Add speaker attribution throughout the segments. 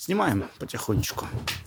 Speaker 1: Снимаем потихонечку.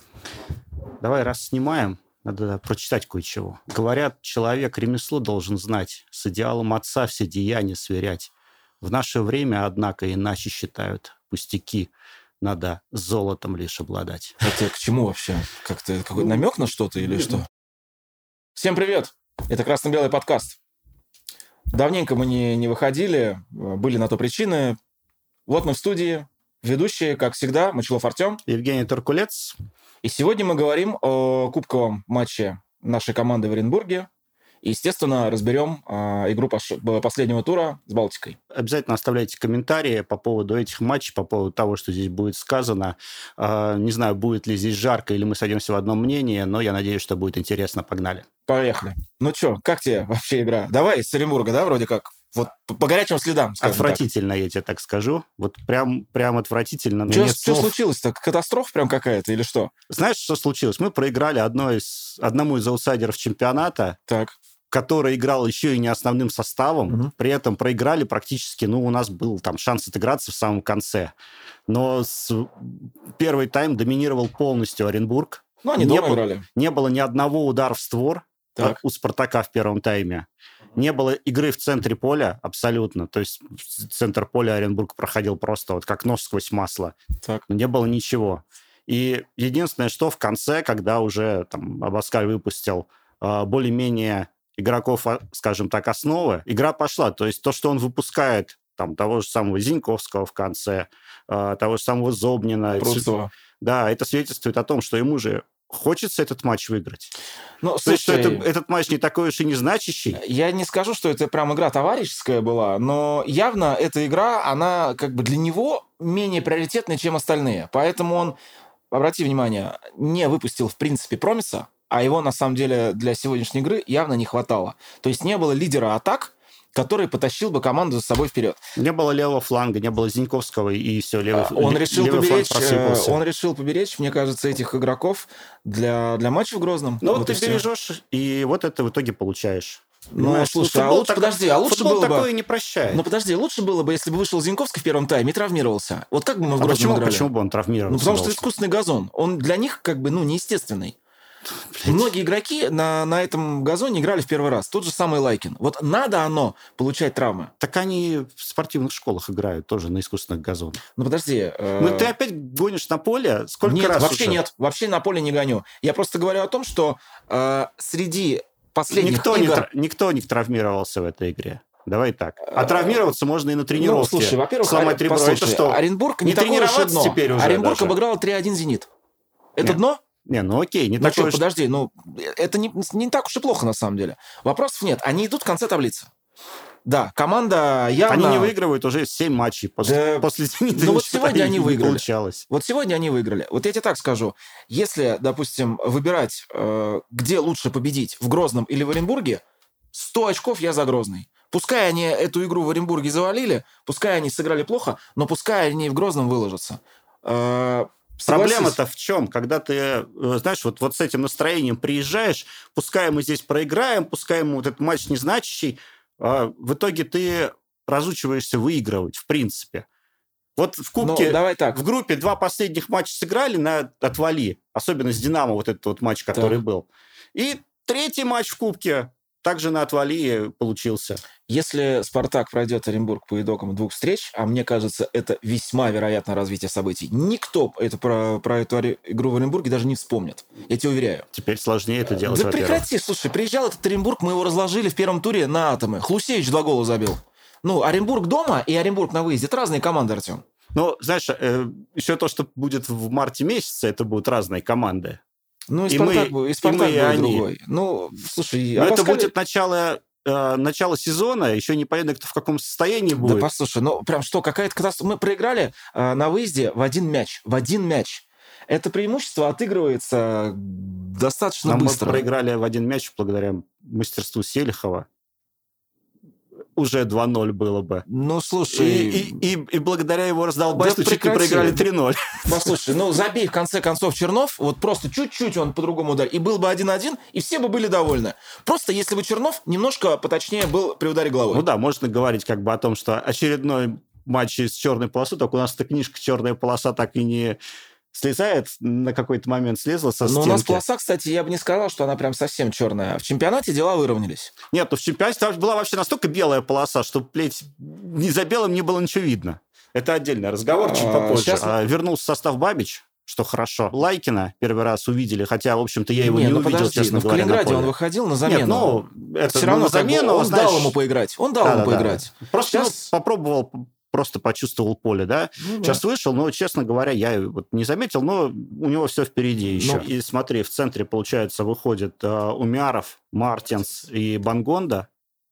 Speaker 1: Давай, раз снимаем, надо прочитать кое-чего. Говорят, человек ремесло должен знать, с идеалом отца все деяния сверять. В наше время, однако, иначе считают пустяки. Надо золотом лишь обладать.
Speaker 2: Это к чему вообще? Как-то какой-то намек на что-то или что? Всем привет! Это «Красно-белый подкаст». Давненько мы не выходили, были на то причины. Вот мы в студии, ведущие, как всегда, Мочилов Артем.
Speaker 1: Евгений Туркулец.
Speaker 2: И сегодня мы говорим о кубковом матче нашей команды в Оренбурге. И, естественно, разберем игру последнего тура с Балтикой.
Speaker 1: Обязательно оставляйте комментарии по поводу этих матчей, по поводу того, что здесь будет сказано. Не знаю, будет ли здесь жарко, или мы сойдемся в одном мнении, но я надеюсь, что будет интересно. Погнали.
Speaker 2: Поехали. Ну что, как тебе вообще игра? Давай с Оренбурга, да, вроде как? Вот по горячим следам, скажем
Speaker 1: отвратительно, так. Я тебе так скажу. Вот прям отвратительно.
Speaker 2: Что случилось-то? Катастрофа прям какая-то или что?
Speaker 1: Знаешь, что случилось? Мы проиграли одному из аутсайдеров чемпионата.
Speaker 2: Так.
Speaker 1: Который играл еще и не основным составом, при этом проиграли практически, у нас был там шанс отыграться в самом конце. Но первый тайм доминировал полностью Оренбург.
Speaker 2: Они дома играли.
Speaker 1: Не было ни одного удара в створ у «Спартака» в первом тайме. Не было игры в центре поля абсолютно. То есть центр поля Оренбург проходил просто вот как нож сквозь масло.
Speaker 2: Так.
Speaker 1: Но не было ничего. И единственное, что в конце, когда уже там Абаскаль выпустил более-менее игроков, скажем так, основы, игра пошла. То есть то, что он выпускает, там, того же самого Зиньковского в конце, того же самого Зобнина.
Speaker 2: Просто.
Speaker 1: Да, это свидетельствует о том, что ему же хочется этот матч выиграть.
Speaker 2: То
Speaker 1: есть, что этот матч не такой уж и не значащий.
Speaker 2: Я не скажу, что это прям игра товарищеская была, но явно эта игра, она как бы для него менее приоритетная, чем остальные. Поэтому он, обрати внимание, не выпустил, в принципе, Промиса, а его, на самом деле, для сегодняшней игры явно не хватало. То есть не было лидера атак, который потащил бы команду за собой вперед.
Speaker 1: Не было левого фланга, не было Зиньковского, и все, левый
Speaker 2: фланг просыпался. Он решил поберечь, мне кажется, этих игроков для матча в Грозном.
Speaker 1: Вот ты бережешь, и вот это в итоге получаешь.
Speaker 2: Слушай, лучше было бы...
Speaker 1: такое не прощает.
Speaker 2: Подожди, лучше было бы, если бы вышел Зиньковский в первом тайме и травмировался. Вот как бы мы в Грозном играли?
Speaker 1: Почему бы он травмировался?
Speaker 2: Потому что искусственный газон. Он для них как бы, неестественный. Многие игроки на этом газоне играли в первый раз. Тот же самый Лайкин. Вот надо получать травмы.
Speaker 1: Так они в спортивных школах играют тоже на искусственных газонах.
Speaker 2: Подожди.
Speaker 1: Ты опять гонишь на поле? Сколько раз
Speaker 2: вообще
Speaker 1: уже?
Speaker 2: Нет. Вообще на поле не гоню. Я просто говорю о том, что среди последних игр...
Speaker 1: Никто не травмировался в этой игре. Давай так. А травмироваться можно и на тренировке.
Speaker 2: Слушай, во-первых,
Speaker 1: сломать ребро. Это что?
Speaker 2: Оренбург не такое уж и дно.
Speaker 1: Теперь уже
Speaker 2: Оренбург
Speaker 1: даже.
Speaker 2: обыграл 3-1 «Зенит». Это дно?
Speaker 1: Окей, не такое.
Speaker 2: Подожди, это не так уж и плохо на самом деле. Вопросов нет. Они идут в конце таблицы. Да, команда явно...
Speaker 1: Они не выигрывают уже 7 матчей. После «Зенита»
Speaker 2: вот сегодня они выиграли.
Speaker 1: Получалось.
Speaker 2: Вот сегодня они выиграли. Вот я тебе так скажу. Если, допустим, выбирать, где лучше победить, в Грозном или в Оренбурге, 100 очков я за Грозный. Пускай они эту игру в Оренбурге завалили, пускай они сыграли плохо, но пускай они в Грозном выложатся.
Speaker 1: Проблема-то в чем? Когда ты, знаешь, вот с этим настроением приезжаешь, пускай мы здесь проиграем, пускай мы вот этот матч незначащий, в итоге ты разучиваешься выигрывать, в принципе. Вот в Кубке,
Speaker 2: давай так.
Speaker 1: В группе 2 последних матча сыграли на отвали, особенно с «Динамо» вот этот вот матч, который был. И 3-й матч в Кубке также на отвали получился.
Speaker 2: Если «Спартак» пройдет Оренбург по итогам 2 встреч, а мне кажется, это весьма вероятно развитие событий, никто про эту игру в Оренбурге даже не вспомнит. Я тебе уверяю.
Speaker 1: Теперь сложнее это делать,
Speaker 2: Да прекрати, слушай, приезжал этот Оренбург, мы его разложили в первом туре на атомы. Хлусевич 2 гола забил. Оренбург дома и Оренбург на выезде – это разные команды, Артем.
Speaker 1: Знаешь, еще то, что будет в марте месяце, это будут разные команды.
Speaker 2: И «Спартак» будет другой. Слушай...
Speaker 1: это будет начало сезона, еще непонятно, кто в каком состоянии будет.
Speaker 2: Да послушай, прям что, какая-то катастрофа. Мы проиграли на выезде в один мяч. Это преимущество отыгрывается достаточно быстро.
Speaker 1: Мы проиграли в один мяч благодаря мастерству Селихова. Уже 2-0 было бы.
Speaker 2: Слушай...
Speaker 1: И благодаря его раздолбайству чуть не проиграли 3-0.
Speaker 2: Послушай, забей в конце концов Чернов, вот просто чуть-чуть он по-другому ударил, и был бы 1-1, и все бы были довольны. Просто если бы Чернов немножко поточнее был при ударе головой.
Speaker 1: Можно говорить о том, что очередной матч с черной полосой, только у нас эта книжка «Черная полоса» так и не слезает, на какой-то момент слезла со
Speaker 2: Но
Speaker 1: стенки.
Speaker 2: у нас полоса, кстати, я бы не сказал, что она прям совсем черная. В чемпионате дела выровнялись.
Speaker 1: Нет, ну в чемпионате там была вообще настолько белая полоса, что, блядь, ни за белым не было ничего видно. Это отдельный разговор, чуть попозже.
Speaker 2: Сейчас...
Speaker 1: Вернулся в состав Бабич, что хорошо. Лайкина первый раз увидели, хотя, в общем-то, я его не увидел,
Speaker 2: подожди,
Speaker 1: честно говоря,
Speaker 2: в Калининграде он выходил на замену.
Speaker 1: Нет, ну, это
Speaker 2: все равно
Speaker 1: на замену,
Speaker 2: он
Speaker 1: знаешь...
Speaker 2: дал ему поиграть. Он дал ему поиграть.
Speaker 1: Просто попробовал... Просто почувствовал поле, да? Сейчас вышел, но, честно говоря, я вот не заметил, но у него все впереди еще. И смотри, в центре, получается, выходят Умяров, Мартинс и Бангонда.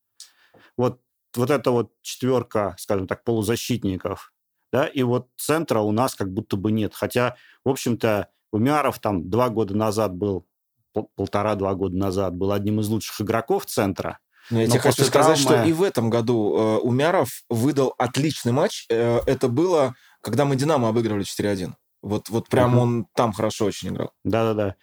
Speaker 1: Вот эта вот четверка, скажем так, полузащитников, да, и вот центра у нас как будто бы нет. Хотя, в общем-то, Умяров там 2 года назад был, 1,5-2 года назад был одним из лучших игроков центра.
Speaker 2: Я тебе хочу сказать, что и в этом году Умяров выдал отличный матч. Это было, когда мы «Динамо» обыгрывали 4-1. Вот прям он там хорошо очень играл.
Speaker 1: Да-да-да.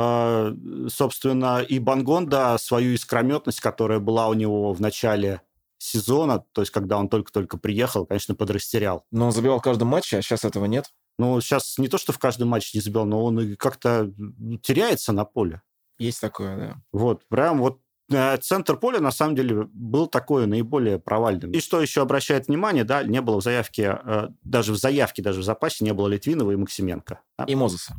Speaker 1: Собственно, и Бангонда свою искрометность, которая была у него в начале сезона, то есть когда он только-только приехал, конечно, подрастерял.
Speaker 2: Но он забивал в каждом матче, а сейчас этого нет.
Speaker 1: Ну, сейчас не то, что в каждом матче не забивал, но он и как-то теряется на поле.
Speaker 2: Есть такое, да.
Speaker 1: Вот, прям вот центр поля, на самом деле, был такой наиболее провальным. И что еще обращает внимание, да, не было в заявке, даже в запасе не было Литвинова и Максименко. Да?
Speaker 2: И Мозеса.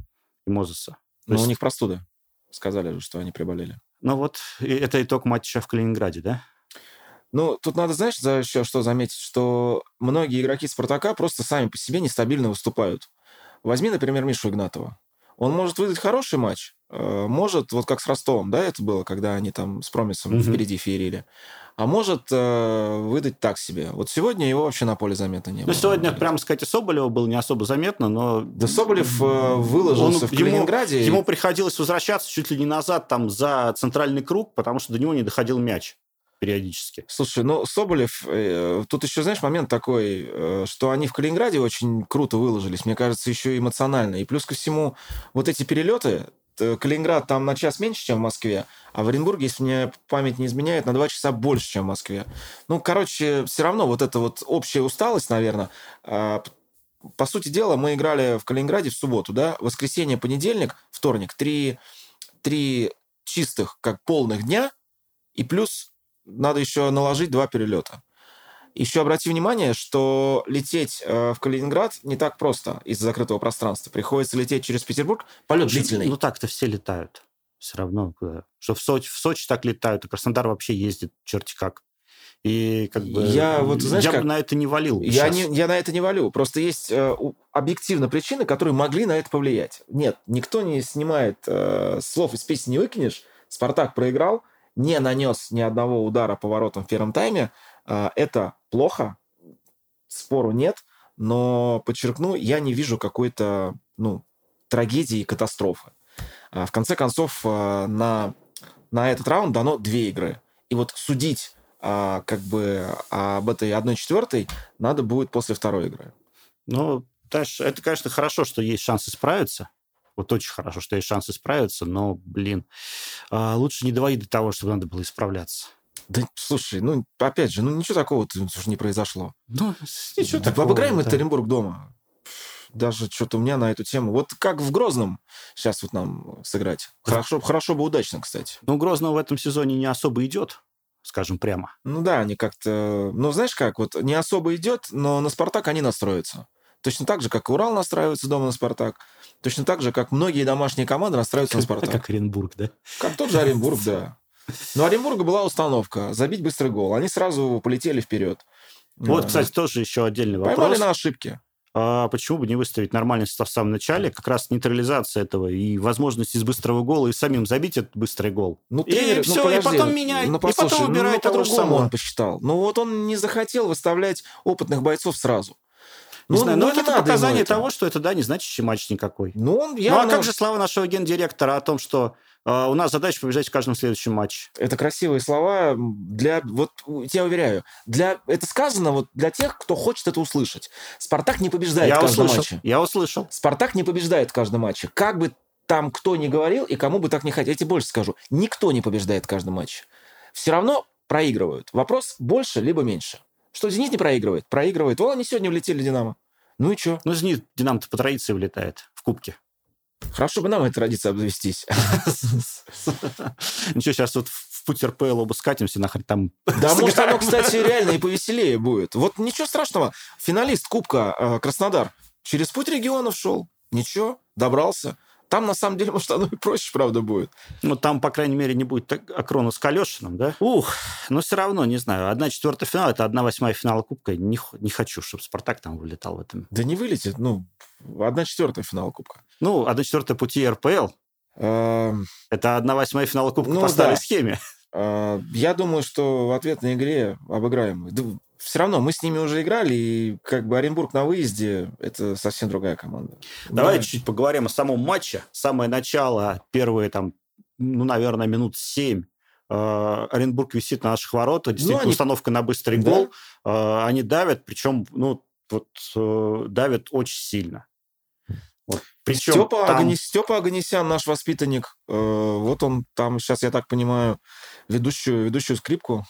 Speaker 2: Но у них простуда. Сказали же, что они приболели.
Speaker 1: Ну вот, это итог матча в Калининграде, да?
Speaker 2: Ну, тут надо, знаешь, еще что заметить, что многие игроки «Спартака» просто сами по себе нестабильно выступают. Возьми, например, Мишу Игнатова. Он может выдать хороший матч, может, вот как с Ростовом, да, это было, когда они там с Промисом впереди феерили, а может выдать так себе. Вот сегодня его вообще на поле заметно не было.
Speaker 1: Ну, сегодня, прямо сказать, и Соболева было не особо заметно, но...
Speaker 2: Да Соболев выложился в Калининграде.
Speaker 1: Ему приходилось возвращаться чуть ли не назад там за центральный круг, потому что до него не доходил мяч периодически.
Speaker 2: Слушай, ну, Соболев... Тут еще, знаешь, момент такой, что они в Калининграде очень круто выложились, мне кажется, еще и эмоционально. И плюс ко всему, вот эти перелеты... Калининград там на час меньше, чем в Москве, а в Оренбурге, если мне память не изменяет, на 2 часа больше, чем в Москве. Ну, короче, все равно вот эта вот общая усталость, наверное. По сути дела, мы играли в Калининграде в субботу, да, воскресенье, понедельник, вторник, три чистых, как полных дня, и плюс надо еще наложить 2 перелета. Еще обрати внимание, что лететь в Калининград не так просто из-за закрытого пространства. Приходится лететь через Петербург. Полет длительный.
Speaker 1: Ну так-то все летают. Все равно. Что в Сочи так летают, а Краснодар вообще ездит черти как. И как бы... Я бы на это не валил.
Speaker 2: Я на это не валю. Просто есть объективно причины, которые могли на это повлиять. Нет, никто не снимает слов из песни «Не выкинешь». «Спартак» проиграл, не нанес ни одного удара по воротам в первом тайме. Это плохо, спору нет, но, подчеркну, я не вижу какой-то трагедии и катастрофы. В конце концов, на этот раунд дано 2 игры. И вот судить об этой 1/4 надо будет после 2-й игры.
Speaker 1: Ну, это, конечно, хорошо, что есть шанс исправиться. Вот очень хорошо, что есть шанс исправиться, но, лучше не доводить до того, чтобы надо было исправляться.
Speaker 2: Да, слушай, опять же, ничего такого не произошло.
Speaker 1: Ничего такого.
Speaker 2: Обыграем этот Оренбург дома. Даже что-то у меня на эту тему. Вот как в Грозном сейчас вот нам сыграть. Хорошо бы удачно, кстати.
Speaker 1: Грозного в этом сезоне не особо идет, скажем прямо.
Speaker 2: Ну да, они как-то... знаешь как, вот не особо идет, но на «Спартак» они настроятся. Точно так же, как и Урал настраивается дома на «Спартак». Точно так же, как многие домашние команды настраиваются на «Спартак».
Speaker 1: Как Оренбург, да?
Speaker 2: Как тот же Оренбург, да. Но у Оренбурга была установка забить быстрый гол. Они сразу полетели вперед.
Speaker 1: Вот, кстати, тоже еще отдельный вопрос.
Speaker 2: Поймали на ошибки.
Speaker 1: Почему бы не выставить нормальный состав в самом начале? Как раз нейтрализация этого и возможность из быстрого гола и самим забить этот быстрый гол.
Speaker 2: Тренер,
Speaker 1: и потом менять, и потом убирать того же самого.
Speaker 2: Он посчитал. Он не захотел выставлять опытных бойцов сразу.
Speaker 1: Не знаю, но это показание того, что это, не значащий матч никакой. А как же слова нашего гендиректора о том, что у нас задача побеждать в каждом следующем матче?
Speaker 2: Это красивые слова. Я уверяю, это сказано для тех, кто хочет это услышать. «Спартак» не побеждает в каждом матче.
Speaker 1: Я услышал.
Speaker 2: «Спартак» не побеждает в каждом матче. Как бы там кто ни говорил и кому бы так не хотел. Я тебе больше скажу. Никто не побеждает в каждом матче. Все равно проигрывают. Вопрос больше либо меньше. Что «Зенит» не проигрывает? Проигрывает. Они сегодня влетели «Динамо». Ну и что?
Speaker 1: Ну, «Зенит», «Динамо»-то по традиции вылетает в кубке.
Speaker 2: Хорошо бы нам этой традицией обзавестись.
Speaker 1: Ничего, сейчас вот в путь РПЛ оба скатимся, нахрен там
Speaker 2: Да, может,
Speaker 1: сыграем.
Speaker 2: оно, кстати, реально и повеселее будет. Вот ничего страшного. Финалист Кубка Краснодар через путь регионов шел. Ничего, добрался. Там, на самом деле, может, оно и проще, правда, будет.
Speaker 1: Ну, там, по крайней мере, не будет Акрона с Калешиным, да? Но все равно, не знаю, 1/4 финала – это 1/8 финала Кубка. Не хочу, чтобы «Спартак» там вылетал в этом.
Speaker 2: Да не вылетит. 1/4 финала Кубка.
Speaker 1: 1/4 пути РПЛ – это 1/8 финала Кубка по старой схеме.
Speaker 2: Я думаю, что в ответной игре обыграем. Все равно мы с ними уже играли, и как бы Оренбург на выезде – это совсем другая команда.
Speaker 1: Давай чуть-чуть поговорим о самом матче. Самое начало, первые наверное, минут 7. Оренбург висит на наших воротах. Действительно, установка на быстрый гол. Они давят, причем давят очень сильно.
Speaker 2: Причем Степа Оганесян, наш воспитанник, вот он там сейчас, я так понимаю, ведущую скрипку.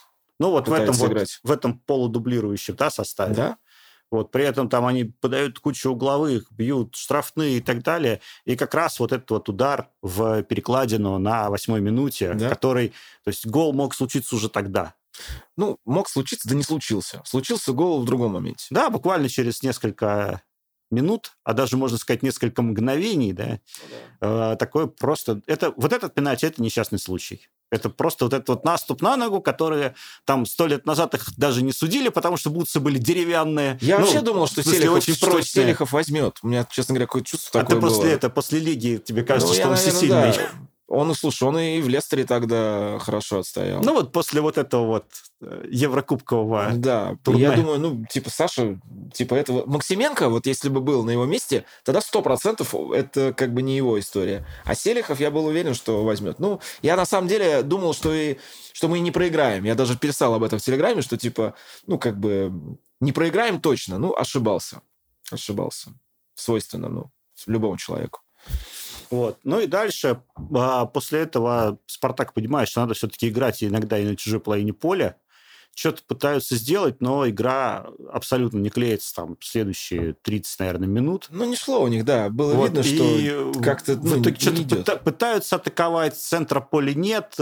Speaker 1: В этом полудублирующем составе.
Speaker 2: Да.
Speaker 1: При этом там они подают кучу угловых, бьют штрафные и так далее. И как раз вот этот вот удар в перекладину на 8-й минуте, который... То есть гол мог случиться уже тогда.
Speaker 2: Мог случиться, да не случился. Случился гол в другом моменте.
Speaker 1: Да, буквально через несколько минут, а даже, можно сказать, несколько мгновений, такое просто... Этот пенальти – это несчастный случай. Это просто вот этот вот наступ на ногу, которые там 100 лет назад их даже не судили, потому что бутсы были деревянные.
Speaker 2: Я вообще думал, что Селихов возьмет. У меня, честно говоря, какое-то чувство такое было.
Speaker 1: А ты после лиги, тебе кажется, что он всесильный?
Speaker 2: Да. Он и в Лестере тогда хорошо отстоял.
Speaker 1: После вот этого еврокубкового
Speaker 2: турне. Я думаю, Саша, этого... Максименко, если бы был на его месте, тогда 100% это как бы не его история. А Селихов, я был уверен, что возьмет. Я на самом деле думал, что мы и не проиграем. Я даже писал об этом в Телеграме, что не проиграем точно. Ошибался. Свойственно, любому человеку.
Speaker 1: И дальше, после этого Спартак понимает, что надо все-таки играть иногда и на чужой половине поля. Что-то пытаются сделать, но игра абсолютно не клеится там следующие 30, наверное, минут.
Speaker 2: Не шло у них, да. Было видно, что как-то
Speaker 1: в итоге что-то пытаются атаковать, центра поля нет.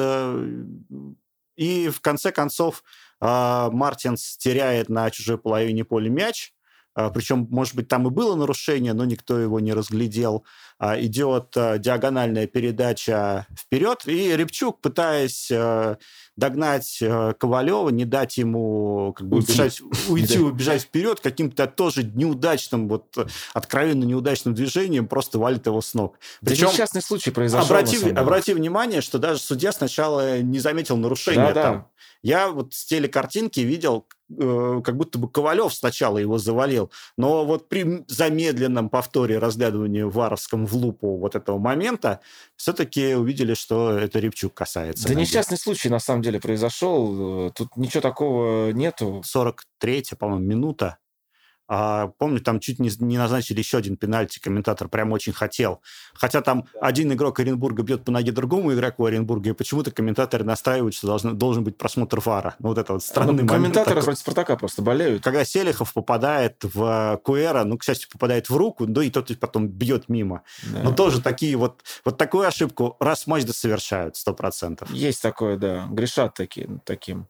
Speaker 1: И в конце концов Мартинс теряет на чужой половине поля мяч. Причем, может быть, там и было нарушение, но никто его не разглядел. Идет диагональная передача вперед, и Рябчук, пытаясь догнать Ковалева, не дать ему убежать вперед, каким-то тоже неудачным, откровенно неудачным движением просто валит его с ног.
Speaker 2: Причем несчастный случай произошел.
Speaker 1: Обрати внимание, что даже судья сначала не заметил нарушения.
Speaker 2: Да.
Speaker 1: Я с телекартинки видел, как будто бы Ковалев сначала его завалил, но при замедленном повторе разглядывания варовском в лупу этого момента все-таки увидели, что это Рябчук касается.
Speaker 2: Да несчастный случай на самом деле произошел. Тут ничего такого нету.
Speaker 1: 43-я, по-моему, минута. Помню, там чуть не назначили еще один пенальти, комментатор прям очень хотел. Хотя там один игрок Оренбурга бьет по ноге другому игроку Оренбурга, и почему-то комментаторы настаивают, что должен быть просмотр ВАРа. Это странный момент.
Speaker 2: Комментаторы против Спартака просто болеют.
Speaker 1: Когда Селихов попадает в Куэра, к счастью, попадает в руку, и тот потом бьет мимо.
Speaker 2: Да.
Speaker 1: Но тоже такие такую ошибку раз в матч совершают 100%.
Speaker 2: Есть такое, да. Грешат таким.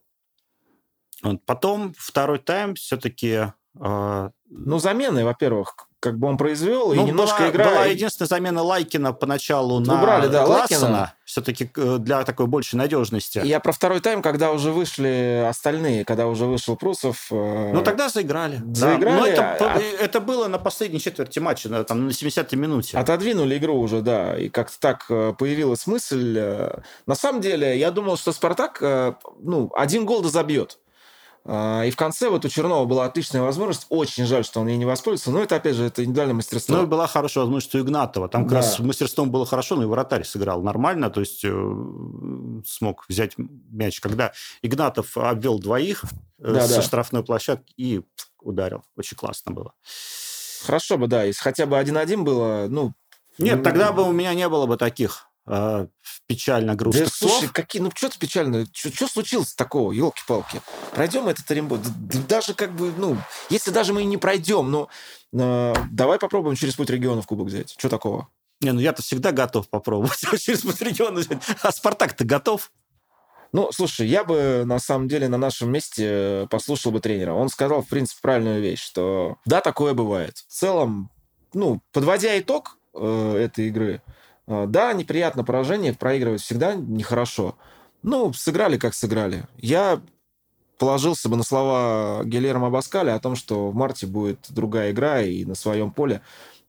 Speaker 1: Потом второй тайм все-таки...
Speaker 2: замены, во-первых, он произвел, и немножко игра...
Speaker 1: Была единственная замена Лайкина поначалу на Классена,
Speaker 2: Лайкина.
Speaker 1: все-таки для такой большей надежности.
Speaker 2: Я про второй тайм, когда уже вышли остальные, когда уже вышел Прусов...
Speaker 1: тогда заиграли.
Speaker 2: Заиграли.
Speaker 1: Но это было на последней четверти матча, на 70-й минуте.
Speaker 2: Отодвинули игру уже, да, и как-то так появилась мысль. На самом деле, я думал, что Спартак, 1 гол забьет. И в конце у Чернова была отличная возможность. Очень жаль, что он ей не воспользовался. Но это, опять же, это индивидуальное мастерство.
Speaker 1: И была хорошая возможность у Игнатова. Там как раз мастерством было хорошо, но и вратарь сыграл нормально. То есть смог взять мяч. Когда Игнатов обвел двоих со штрафной площадки и ударил. Очень классно было.
Speaker 2: Хорошо бы, да. Если хотя бы 1-1 было,
Speaker 1: Нет, тогда бы у меня не было бы таких печально грустных
Speaker 2: Да, слушай,
Speaker 1: слов.
Speaker 2: что ты печально? Что случилось такого, елки-палки? Пройдем этот Оренбург. Даже если даже мы и не пройдем, давай попробуем через путь регионов кубок взять. Что такого?
Speaker 1: Не, я-то всегда готов попробовать через путь региона взять. А Спартак-то готов?
Speaker 2: Слушай, я бы, на самом деле, на нашем месте послушал бы тренера. Он сказал, в принципе, правильную вещь, что да, такое бывает. В целом, подводя итог этой игры, да, неприятно поражение, проигрывать всегда нехорошо. Сыграли, как сыграли. Я положился бы на слова Гильермо Абаскаля о том, что в марте будет другая игра, и на своем поле,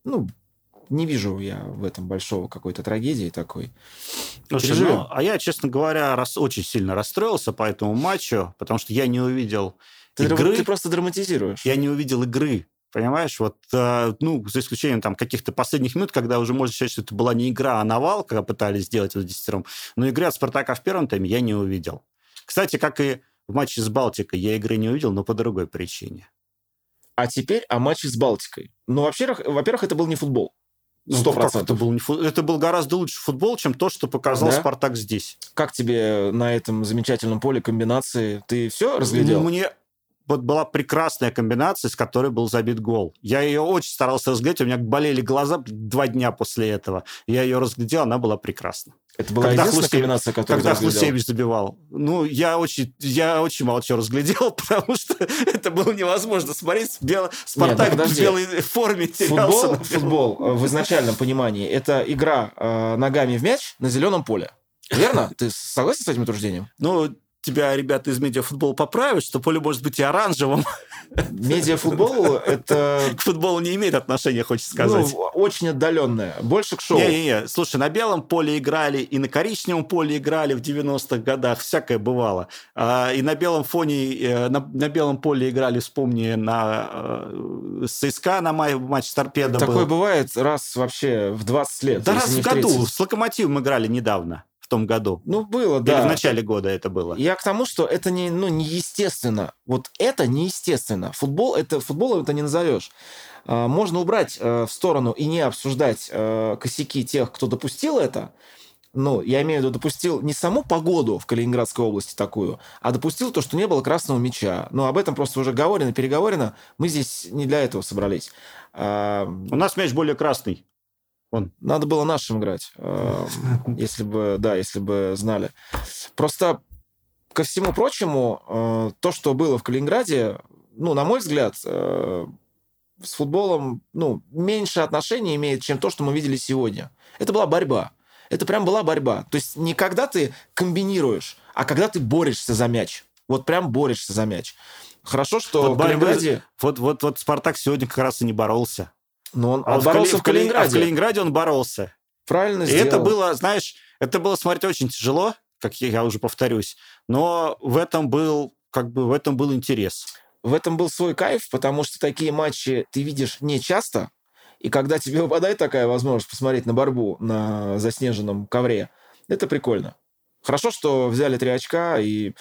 Speaker 2: не вижу я в этом большого какой-то трагедии такой.
Speaker 1: Слушай, я, честно говоря, очень сильно расстроился по этому матчу, потому что я не увидел игры.
Speaker 2: Ты просто драматизируешь.
Speaker 1: Я не увидел игры. Понимаешь, за исключением каких-то последних минут, когда уже можно считать, что это была не игра, а навал, когда пытались сделать это десятером. Но игры от «Спартака» в первом тайме я не увидел. Кстати, как и в матче с «Балтикой», я игры не увидел, но по другой причине.
Speaker 2: А теперь о матче с «Балтикой». Во-первых, это был не футбол. 100%.
Speaker 1: Это был гораздо лучше футбол, чем то, что показал «Спартак» здесь.
Speaker 2: Как тебе на этом замечательном поле комбинации? Ты все разглядел?
Speaker 1: Мне была прекрасная комбинация, с которой был забит гол. Я ее очень старался разглядеть, у меня болели глаза 2 дня после этого. Я ее разглядел, она была прекрасна.
Speaker 2: Это была единственная комбинация, которую
Speaker 1: когда Хлусевич забивал. Я очень мало чего разглядел, потому что это было невозможно смотреть. Спартак в белой форме терялся.
Speaker 2: Футбол в изначальном понимании – это игра ногами в мяч на зеленом поле. Верно? Ты согласен с этим утверждением?
Speaker 1: Тебя ребята из медиафутбола поправят, что поле может быть и оранжевым.
Speaker 2: Медиафутбол – это...
Speaker 1: К футболу не имеет отношения, хочешь сказать.
Speaker 2: Очень отдаленное. Больше к шоу.
Speaker 1: Не. Слушай, на белом поле играли, и на коричневом поле играли в 90-х годах. Всякое бывало. И на белом фоне, на белом поле играли, вспомни, с ЦСКА на матч с «Торпедо» был.
Speaker 2: Такое бывает раз вообще в 20 лет.
Speaker 1: Да, раз в году. С «Локомотивом» играли недавно. В том году.
Speaker 2: Было, да.
Speaker 1: Или в начале года это было.
Speaker 2: Я к тому, что это неестественно. Вот это неестественно. Футболом это не назовешь. Можно убрать в сторону и не обсуждать косяки тех, кто допустил это. Я имею в виду, допустил не саму погоду в Калининградской области такую, а допустил то, что не было красного мяча. Об этом просто уже переговорено. Мы здесь не для этого собрались.
Speaker 1: У нас мяч более красный.
Speaker 2: Надо было нашим играть, если бы знали. Просто, ко всему прочему, то, что было в Калининграде, на мой взгляд, с футболом меньше отношений имеет, чем то, что мы видели сегодня. Это была борьба. Это прям была борьба. То есть не когда ты комбинируешь, а когда ты борешься за мяч. Вот прям борешься за мяч. Хорошо, что в Калининграде...
Speaker 1: Вот «Спартак» сегодня как раз и не боролся.
Speaker 2: Но он боролся в Калининграде.
Speaker 1: В Калининграде он боролся.
Speaker 2: Правильно сделал.
Speaker 1: И это было, смотреть очень тяжело, как я уже повторюсь, но в этом был интерес.
Speaker 2: В этом был свой кайф, потому что такие матчи ты видишь не часто, и когда тебе выпадает такая возможность посмотреть на борьбу на заснеженном ковре, это прикольно. Хорошо, что взяли 3 очка, и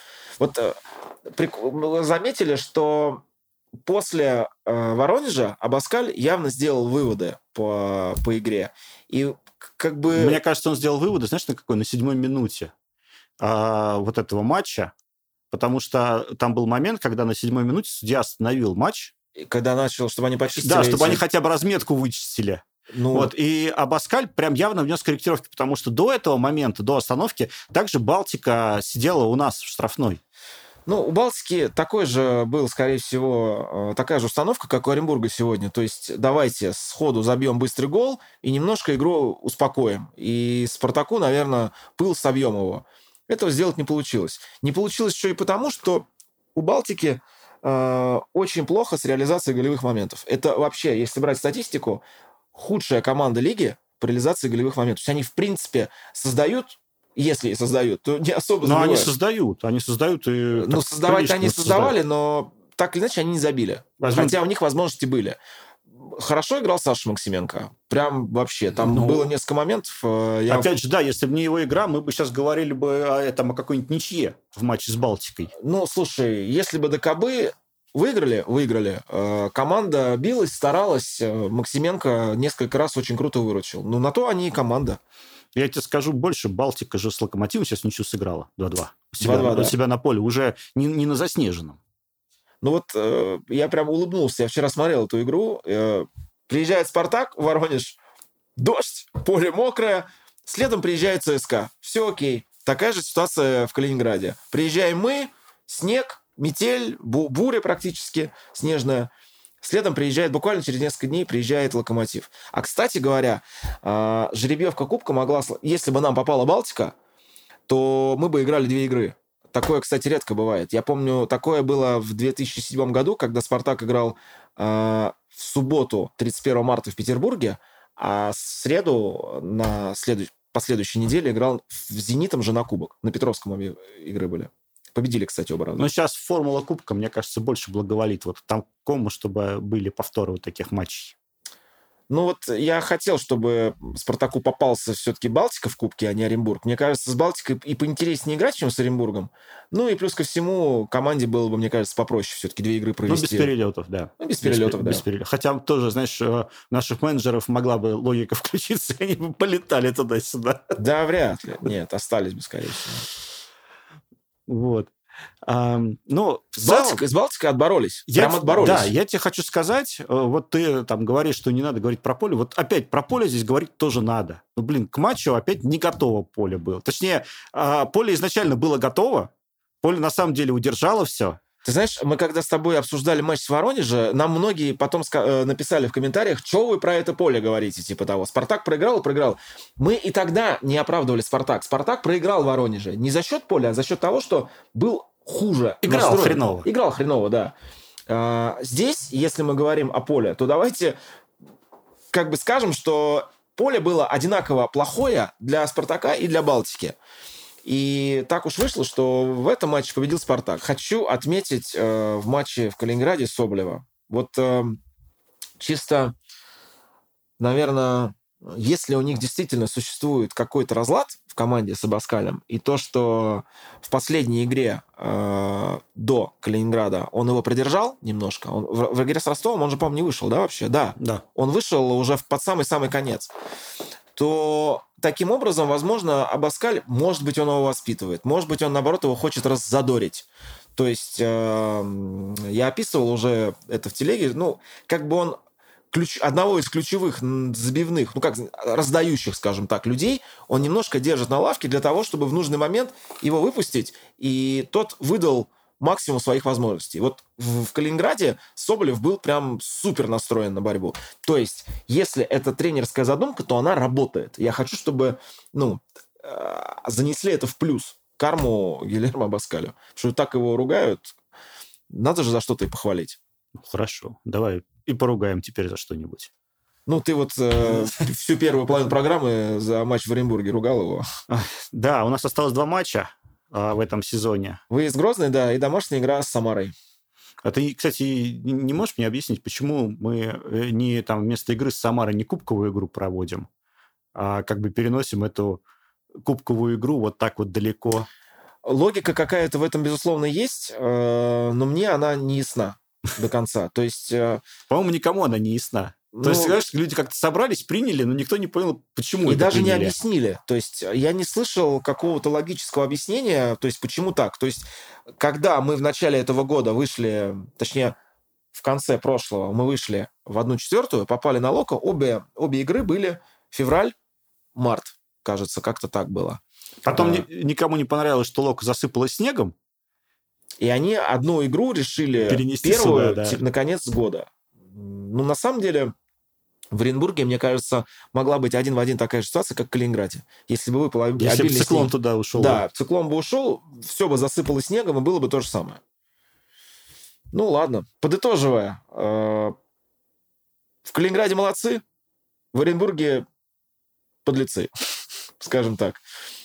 Speaker 2: заметили, что после Воронежа Абаскаль явно сделал выводы по игре. И
Speaker 1: Мне кажется, он сделал выводы, знаешь, на 7-й минуте этого матча, потому что там был момент, когда на 7-й минуте судья остановил матч.
Speaker 2: Когда начал, чтобы они почистили.
Speaker 1: Да, чтобы они хотя бы разметку вычистили. И Абаскаль прям явно внес корректировки, потому что до этого момента, до остановки, также «Балтика» сидела у нас в штрафной.
Speaker 2: У «Балтики» такая же установка, как у Оренбурга сегодня. То есть давайте сходу забьем быстрый гол и немножко игру успокоим. И «Спартаку», наверное, пыл собьем его. Этого сделать не получилось. Не получилось еще и потому, что у «Балтики» очень плохо с реализацией голевых моментов. Это вообще, если брать статистику, худшая команда лиги по реализации голевых моментов. То есть они, в принципе, создают... Если и создают, то не особо забивают.
Speaker 1: Но они создают. И
Speaker 2: создавать-то они создавали, но так или иначе они не забили. Хотя у них возможности были. Хорошо играл Саша Максименко. Прям вообще. Там было несколько моментов.
Speaker 1: Опять же, да, если бы не его игра, мы бы сейчас говорили бы о какой-нибудь ничье в матче с «Балтикой».
Speaker 2: Слушай, если бы ДКБ выиграли. Команда билась, старалась. Максименко несколько раз очень круто выручил. На то они и команда.
Speaker 1: Я тебе скажу больше, Балтика же с Локомотивом сейчас ничего сыграла 2-2. У
Speaker 2: 2-2, да.
Speaker 1: себя на поле, уже не на заснеженном.
Speaker 2: Ну вот я прям улыбнулся. Я вчера смотрел эту игру. Приезжает «Спартак» в Воронеж, дождь, поле мокрое. Следом приезжает ЦСКА. Все окей. Такая же ситуация в Калининграде. Приезжаем мы, снег, метель, буря практически снежная. Следом приезжает, буквально через несколько дней приезжает «Локомотив». А, кстати говоря, жеребьевка Кубка могла... Если бы нам попала Балтика, то мы бы играли 2 игры. Такое, кстати, редко бывает. Я помню, такое было в 2007 году, когда «Спартак» играл в субботу, 31 марта в Петербурге, а в среду на последующей неделе играл в «Зенитом» же на кубок. На Петровском обе игры были. Победили, кстати, оба раза.
Speaker 1: Но сейчас формула Кубка, мне кажется, больше благоволит вот такому, чтобы были повторы вот таких матчей.
Speaker 2: Ну вот я хотел, чтобы «Спартаку» попался все-таки Балтика в Кубке, а не Оренбург. Мне кажется, с Балтикой и поинтереснее играть, чем с Оренбургом. Ну и плюс ко всему, команде было бы, мне кажется, попроще все-таки 2 игры провести.
Speaker 1: Ну, без перелетов, да.
Speaker 2: Ну, без перелетов, да.
Speaker 1: Без перелетов. Хотя тоже, знаешь, наших менеджеров могла бы логика включиться, и они бы полетали туда-сюда.
Speaker 2: Да, вряд ли. Нет, остались бы, скорее всего.
Speaker 1: Вот. Но
Speaker 2: с Балтикой отборолись. Прям отборолись.
Speaker 1: Да, я тебе хочу сказать, вот ты там говоришь, что не надо говорить про поле. Вот опять про поле здесь говорить тоже надо. Ну, блин, к матчу опять не готово поле было. Точнее, поле изначально было готово. Поле на самом деле удержало все.
Speaker 2: Ты знаешь, мы когда с тобой обсуждали матч с Воронежем, нам многие потом написали в комментариях, что вы про это поле говорите, типа того. «Спартак» проиграл и проиграл. Мы и тогда не оправдывали «Спартак». «Спартак» проиграл Воронеже не за счет поля, а за счет того, что был хуже.
Speaker 1: Играл хреново.
Speaker 2: Играл хреново, да. Здесь, если мы говорим о поле, то давайте как бы скажем, что поле было одинаково плохое для «Спартака» и для «Балтики». И так уж вышло, что в этом матче победил «Спартак». Хочу отметить в матче в Калининграде Соболева. Вот чисто, наверное, если у них действительно существует какой-то разлад в команде с Абаскалем, и то, что в последней игре до Калининграда он его продержал немножко, он, в игре с Ростовом он же, по-моему, не вышел, да, вообще? Да. Он вышел уже под самый-самый конец. То таким образом, возможно, Абаскаль, может быть, он его воспитывает, может быть, он, наоборот, его хочет раззадорить. То есть я описывал уже это в телеге, ну, как бы он одного из ключевых забивных, ну, как раздающих, скажем так, людей, он немножко держит на лавке для того, чтобы в нужный момент его выпустить, и тот выдал максимум своих возможностей. Вот в Калининграде Соболев был прям супер настроен на борьбу. То есть, если это тренерская задумка, то она работает. Я хочу, чтобы, занесли это в плюс карму Гильермо Абаскалю. Потому что так его ругают, надо же за что-то и похвалить.
Speaker 1: Хорошо, давай и поругаем теперь за что-нибудь.
Speaker 2: Ну, ты вот всю первую половину программы за матч в Оренбурге ругал его.
Speaker 1: Да, у нас осталось 2 матча в этом сезоне.
Speaker 2: Выезд Грозный, да, и домашняя игра с Самарой.
Speaker 1: А ты, кстати, не можешь мне объяснить, почему мы не там вместо игры с Самарой не кубковую игру проводим, а как бы переносим эту кубковую игру вот так вот далеко?
Speaker 2: Логика какая-то в этом, безусловно, есть, но мне она не ясна до конца. То есть...
Speaker 1: По-моему, никому она не ясна. То есть, знаешь, люди как-то собрались, приняли, но никто не понял, почему
Speaker 2: и
Speaker 1: это
Speaker 2: даже
Speaker 1: приняли.
Speaker 2: Не объяснили. То есть я не слышал какого-то логического объяснения, то есть почему так. То есть когда мы в начале этого года вышли, точнее, в конце прошлого мы вышли в 1/4, попали на Локо, обе игры были февраль-март, кажется, как-то так было.
Speaker 1: Потом никому не понравилось, что Локо засыпалось снегом.
Speaker 2: И они одну игру решили
Speaker 1: перенести
Speaker 2: первую
Speaker 1: сюда, да.
Speaker 2: на конец года. Ну, на самом деле... В Оренбурге, мне кажется, могла быть один в один такая же ситуация, как в Калининграде. Если бы выпал обильный снег...
Speaker 1: Если бы циклон туда ушел.
Speaker 2: Да, циклон бы ушел, все бы засыпало снегом, и было бы то же самое. Ну, ладно. Подытоживая. В Калининграде молодцы, в Оренбурге подлецы, скажем так.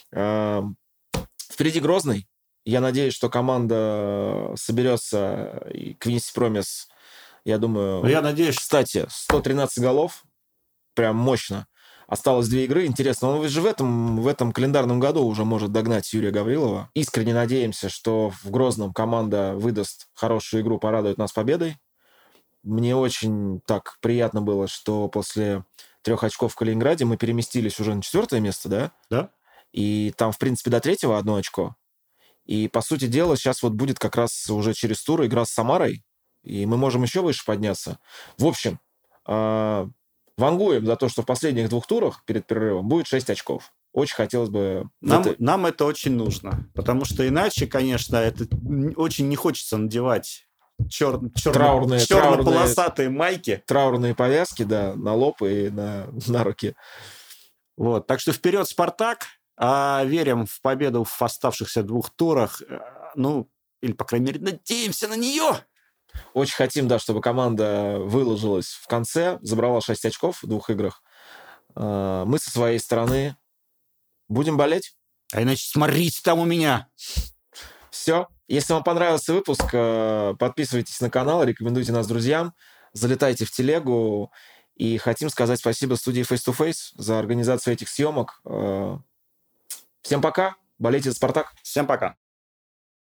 Speaker 2: Впереди Грозный. Я надеюсь, что команда соберется и к Винси Промис... Я думаю...
Speaker 1: Я надеюсь...
Speaker 2: Кстати, 113 голов. Прям мощно. Осталось 2 игры. Интересно, он же в этом календарном году уже может догнать Юрия Гаврилова. Искренне надеемся, что в Грозном команда выдаст хорошую игру, порадует нас победой. Мне очень так приятно было, что после 3 очков в Калининграде, мы переместились уже на 4 место, да?
Speaker 1: Да.
Speaker 2: И там, в принципе, до 3-го 1 очко. И, по сути дела, сейчас вот будет как раз уже через тур игра с Самарой, и мы можем еще выше подняться. В общем, вангуем за то, что в последних 2 турах перед перерывом будет 6 очков. Очень хотелось бы...
Speaker 1: Нам это очень нужно, потому что иначе, конечно, это очень не хочется надевать черно-полосатые майки.
Speaker 2: Траурные повязки, да, на лоб и на руки.
Speaker 1: Вот. Так что вперед, «Спартак!» Верим в победу в оставшихся 2 турах. Ну, или, по крайней мере, надеемся на нее.
Speaker 2: Очень хотим, да, чтобы команда выложилась в конце, забрала 6 очков в 2 играх. Мы со своей стороны будем болеть.
Speaker 1: А иначе смотрите там у меня.
Speaker 2: Все. Если вам понравился выпуск, подписывайтесь на канал, рекомендуйте нас друзьям, залетайте в телегу. И хотим сказать спасибо студии Face to Face за организацию этих съемок. Всем пока. Болейте за «Спартак».
Speaker 1: Всем пока.